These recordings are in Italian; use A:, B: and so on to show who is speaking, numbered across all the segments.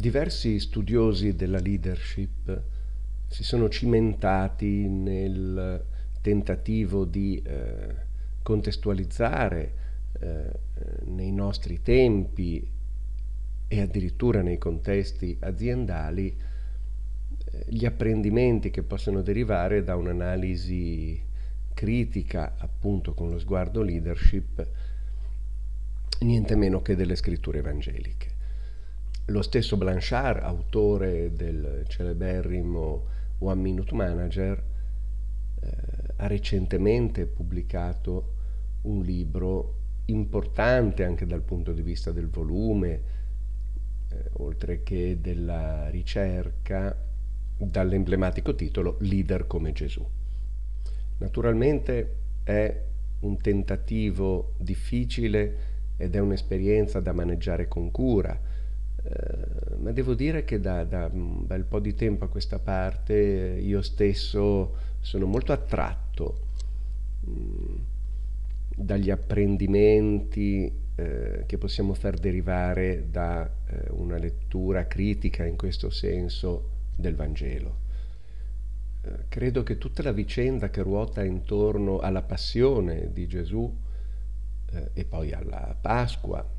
A: Diversi studiosi della leadership si sono cimentati nel tentativo di contestualizzare nei nostri tempi e addirittura nei contesti aziendali gli apprendimenti che possono derivare da un'analisi critica, appunto con lo sguardo leadership, niente meno che delle scritture evangeliche. Lo stesso Blanchard, autore del celeberrimo One Minute Manager, ha recentemente pubblicato un libro importante anche dal punto di vista del volume, oltre che della ricerca, dall'emblematico titolo Leader come Gesù. Naturalmente è un tentativo difficile ed è un'esperienza da maneggiare con cura, ma devo dire che da un bel po' di tempo a questa parte io stesso sono molto attratto dagli apprendimenti che possiamo far derivare da una lettura critica in questo senso del Vangelo. Credo che tutta la vicenda che ruota intorno alla passione di Gesù e poi alla Pasqua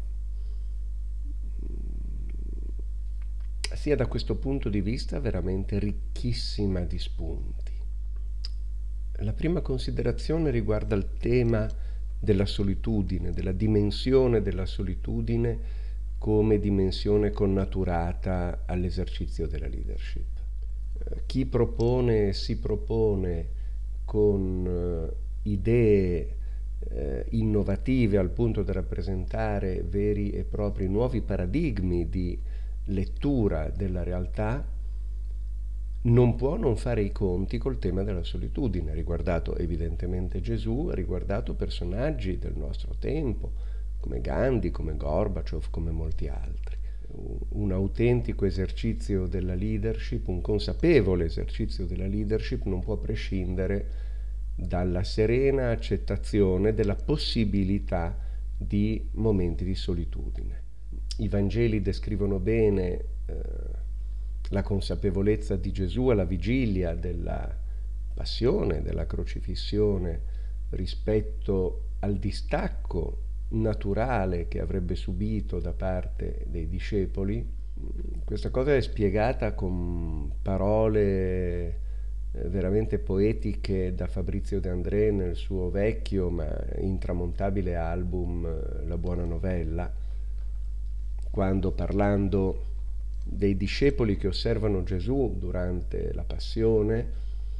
A: sia da questo punto di vista veramente ricchissima di spunti. La prima considerazione riguarda il tema della solitudine, della dimensione della solitudine come dimensione connaturata all'esercizio della leadership. Chi propone, si propone con idee innovative al punto da rappresentare veri e propri nuovi paradigmi di lettura della realtà, non può non fare i conti col tema della solitudine, riguardato evidentemente Gesù, riguardato personaggi del nostro tempo, come Gandhi, come Gorbaciov, come molti altri. Un autentico esercizio della leadership, un consapevole esercizio della leadership non può prescindere dalla serena accettazione della possibilità di momenti di solitudine. I Vangeli descrivono bene la consapevolezza di Gesù alla vigilia della passione, della crocifissione, rispetto al distacco naturale che avrebbe subito da parte dei discepoli. Questa cosa è spiegata con parole veramente poetiche da Fabrizio De André nel suo vecchio ma intramontabile album La buona novella, quando parlando dei discepoli che osservano Gesù durante la passione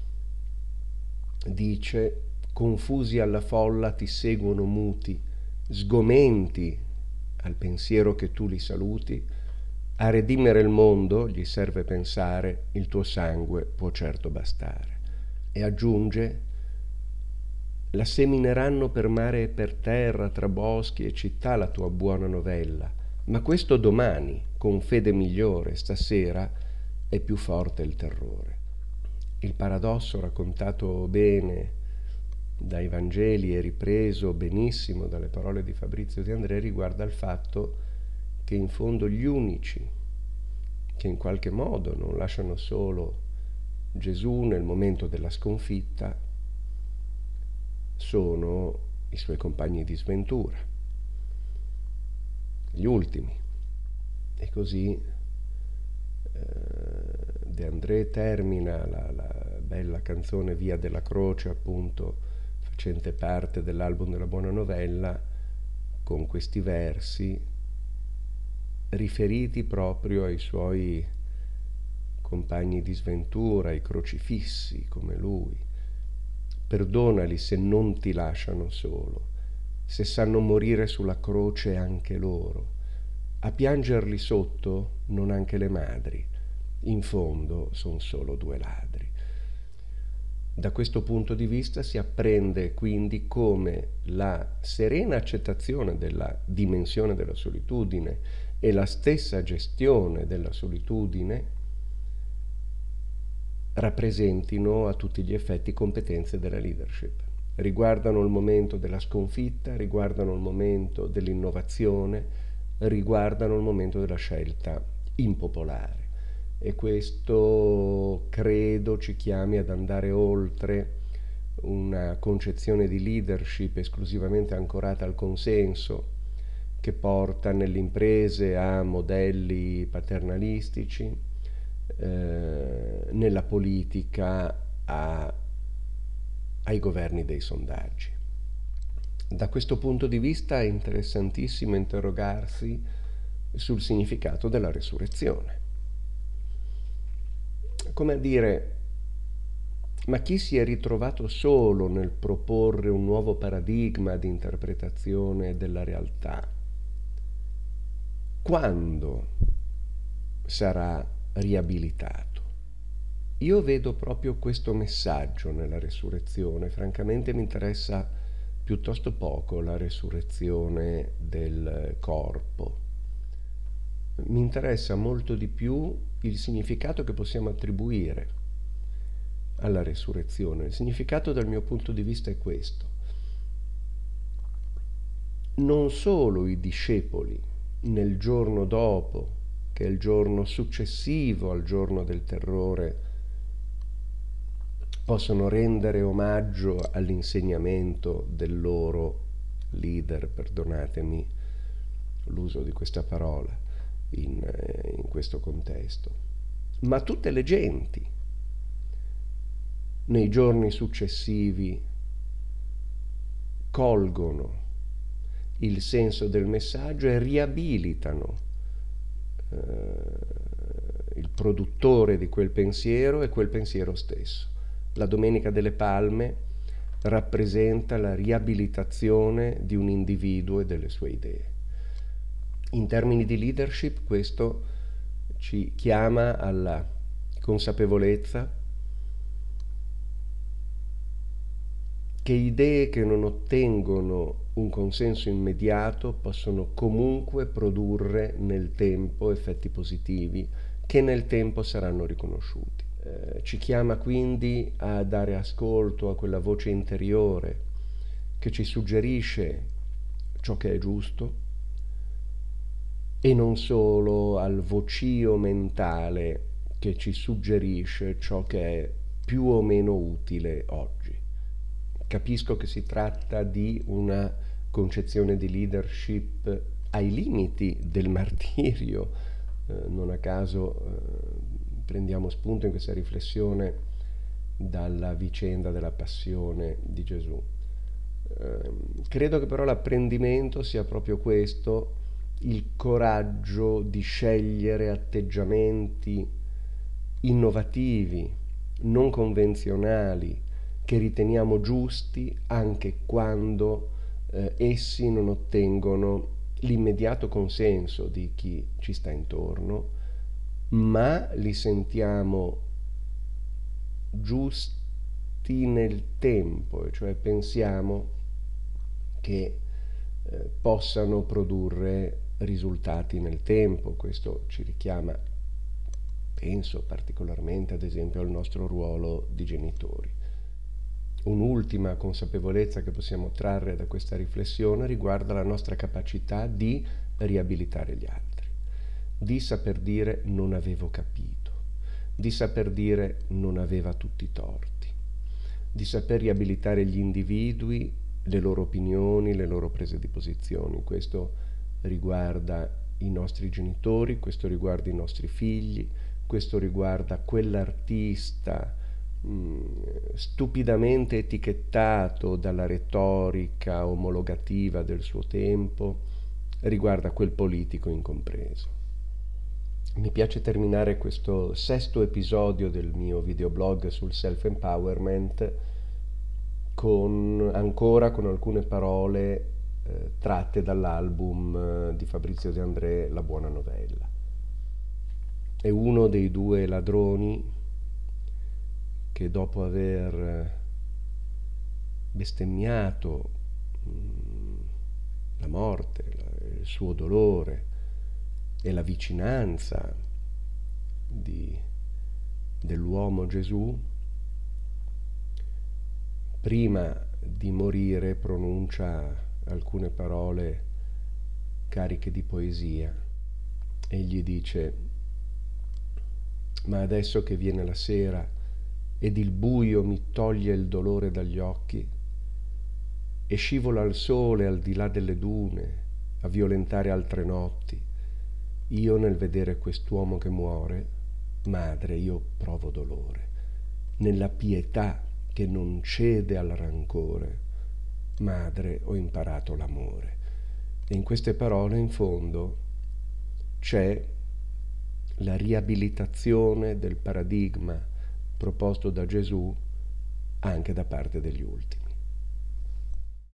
A: dice: confusi alla folla ti seguono muti, sgomenti al pensiero che tu li saluti, a redimere il mondo gli serve pensare, il tuo sangue può certo bastare. E aggiunge: la semineranno per mare e per terra, tra boschi e città la tua buona novella, ma questo domani, con fede migliore, stasera, è più forte il terrore. Il paradosso raccontato bene dai Vangeli e ripreso benissimo dalle parole di Fabrizio De André riguarda il fatto che in fondo gli unici che in qualche modo non lasciano solo Gesù nel momento della sconfitta sono i suoi compagni di sventura, gli ultimi. E così De André termina la bella canzone Via della Croce, appunto facente parte dell'album della buona novella, con questi versi riferiti proprio ai suoi compagni di sventura, i crocifissi come lui. Perdonali se non ti lasciano solo, se sanno morire sulla croce anche loro. A piangerli sotto non anche le madri, in fondo son solo due ladri. Da questo punto di vista si apprende quindi come la serena accettazione della dimensione della solitudine e la stessa gestione della solitudine rappresentino a tutti gli effetti competenze della leadership. Riguardano il momento della sconfitta, riguardano il momento dell'innovazione, riguardano il momento della scelta impopolare. E questo credo ci chiami ad andare oltre una concezione di leadership esclusivamente ancorata al consenso, che porta nelle imprese a modelli paternalistici, nella politica ai governi dei sondaggi. Da questo punto di vista è interessantissimo interrogarsi sul significato della resurrezione. Come a dire, ma chi si è ritrovato solo nel proporre un nuovo paradigma di interpretazione della realtà, quando sarà riabilitato? Io vedo proprio questo messaggio nella resurrezione. Francamente mi interessa piuttosto poco la resurrezione del corpo. Mi interessa molto di più il significato che possiamo attribuire alla resurrezione. Il significato dal mio punto di vista è questo. Non solo i discepoli nel giorno dopo, che è il giorno successivo al giorno del terrore, possono rendere omaggio all'insegnamento del loro leader, perdonatemi l'uso di questa parola in questo contesto, ma tutte le genti nei giorni successivi colgono il senso del messaggio e riabilitano il produttore di quel pensiero e quel pensiero stesso. La Domenica delle Palme rappresenta la riabilitazione di un individuo e delle sue idee. In termini di leadership, questo ci chiama alla consapevolezza che idee che non ottengono un consenso immediato possono comunque produrre nel tempo effetti positivi che nel tempo saranno riconosciuti. Ci chiama quindi a dare ascolto a quella voce interiore che ci suggerisce ciò che è giusto e non solo al vocio mentale che ci suggerisce ciò che è più o meno utile oggi. Capisco che si tratta di una concezione di leadership ai limiti del martirio, non a caso prendiamo spunto in questa riflessione dalla vicenda della passione di Gesù. Credo che però l'apprendimento sia proprio questo, il coraggio di scegliere atteggiamenti innovativi, non convenzionali, che riteniamo giusti anche quando essi non ottengono l'immediato consenso di chi ci sta intorno, ma li sentiamo giusti nel tempo, e cioè pensiamo che possano produrre risultati nel tempo. Questo ci richiama, penso particolarmente ad esempio al nostro ruolo di genitori. Un'ultima consapevolezza che possiamo trarre da questa riflessione riguarda la nostra capacità di riabilitare gli altri, di saper dire non avevo capito, di saper dire non aveva tutti i torti, di saper riabilitare gli individui, le loro opinioni, le loro prese di posizioni. Questo riguarda i nostri genitori, questo riguarda i nostri figli, questo riguarda quell'artista stupidamente etichettato dalla retorica omologativa del suo tempo, riguarda quel politico incompreso. Mi piace terminare questo sesto episodio del mio videoblog sul self-empowerment con alcune parole tratte dall'album di Fabrizio De André, La buona novella. È uno dei due ladroni che dopo aver bestemmiato la morte, il suo dolore e la vicinanza dell'uomo Gesù, prima di morire pronuncia alcune parole cariche di poesia. Egli dice: ma adesso che viene la sera ed il buio mi toglie il dolore dagli occhi e scivola il sole al di là delle dune a violentare altre notti, io nel vedere quest'uomo che muore, madre, io provo dolore, nella pietà che non cede al rancore, madre, ho imparato l'amore. E in queste parole, in fondo, c'è la riabilitazione del paradigma proposto da Gesù anche da parte degli ultimi.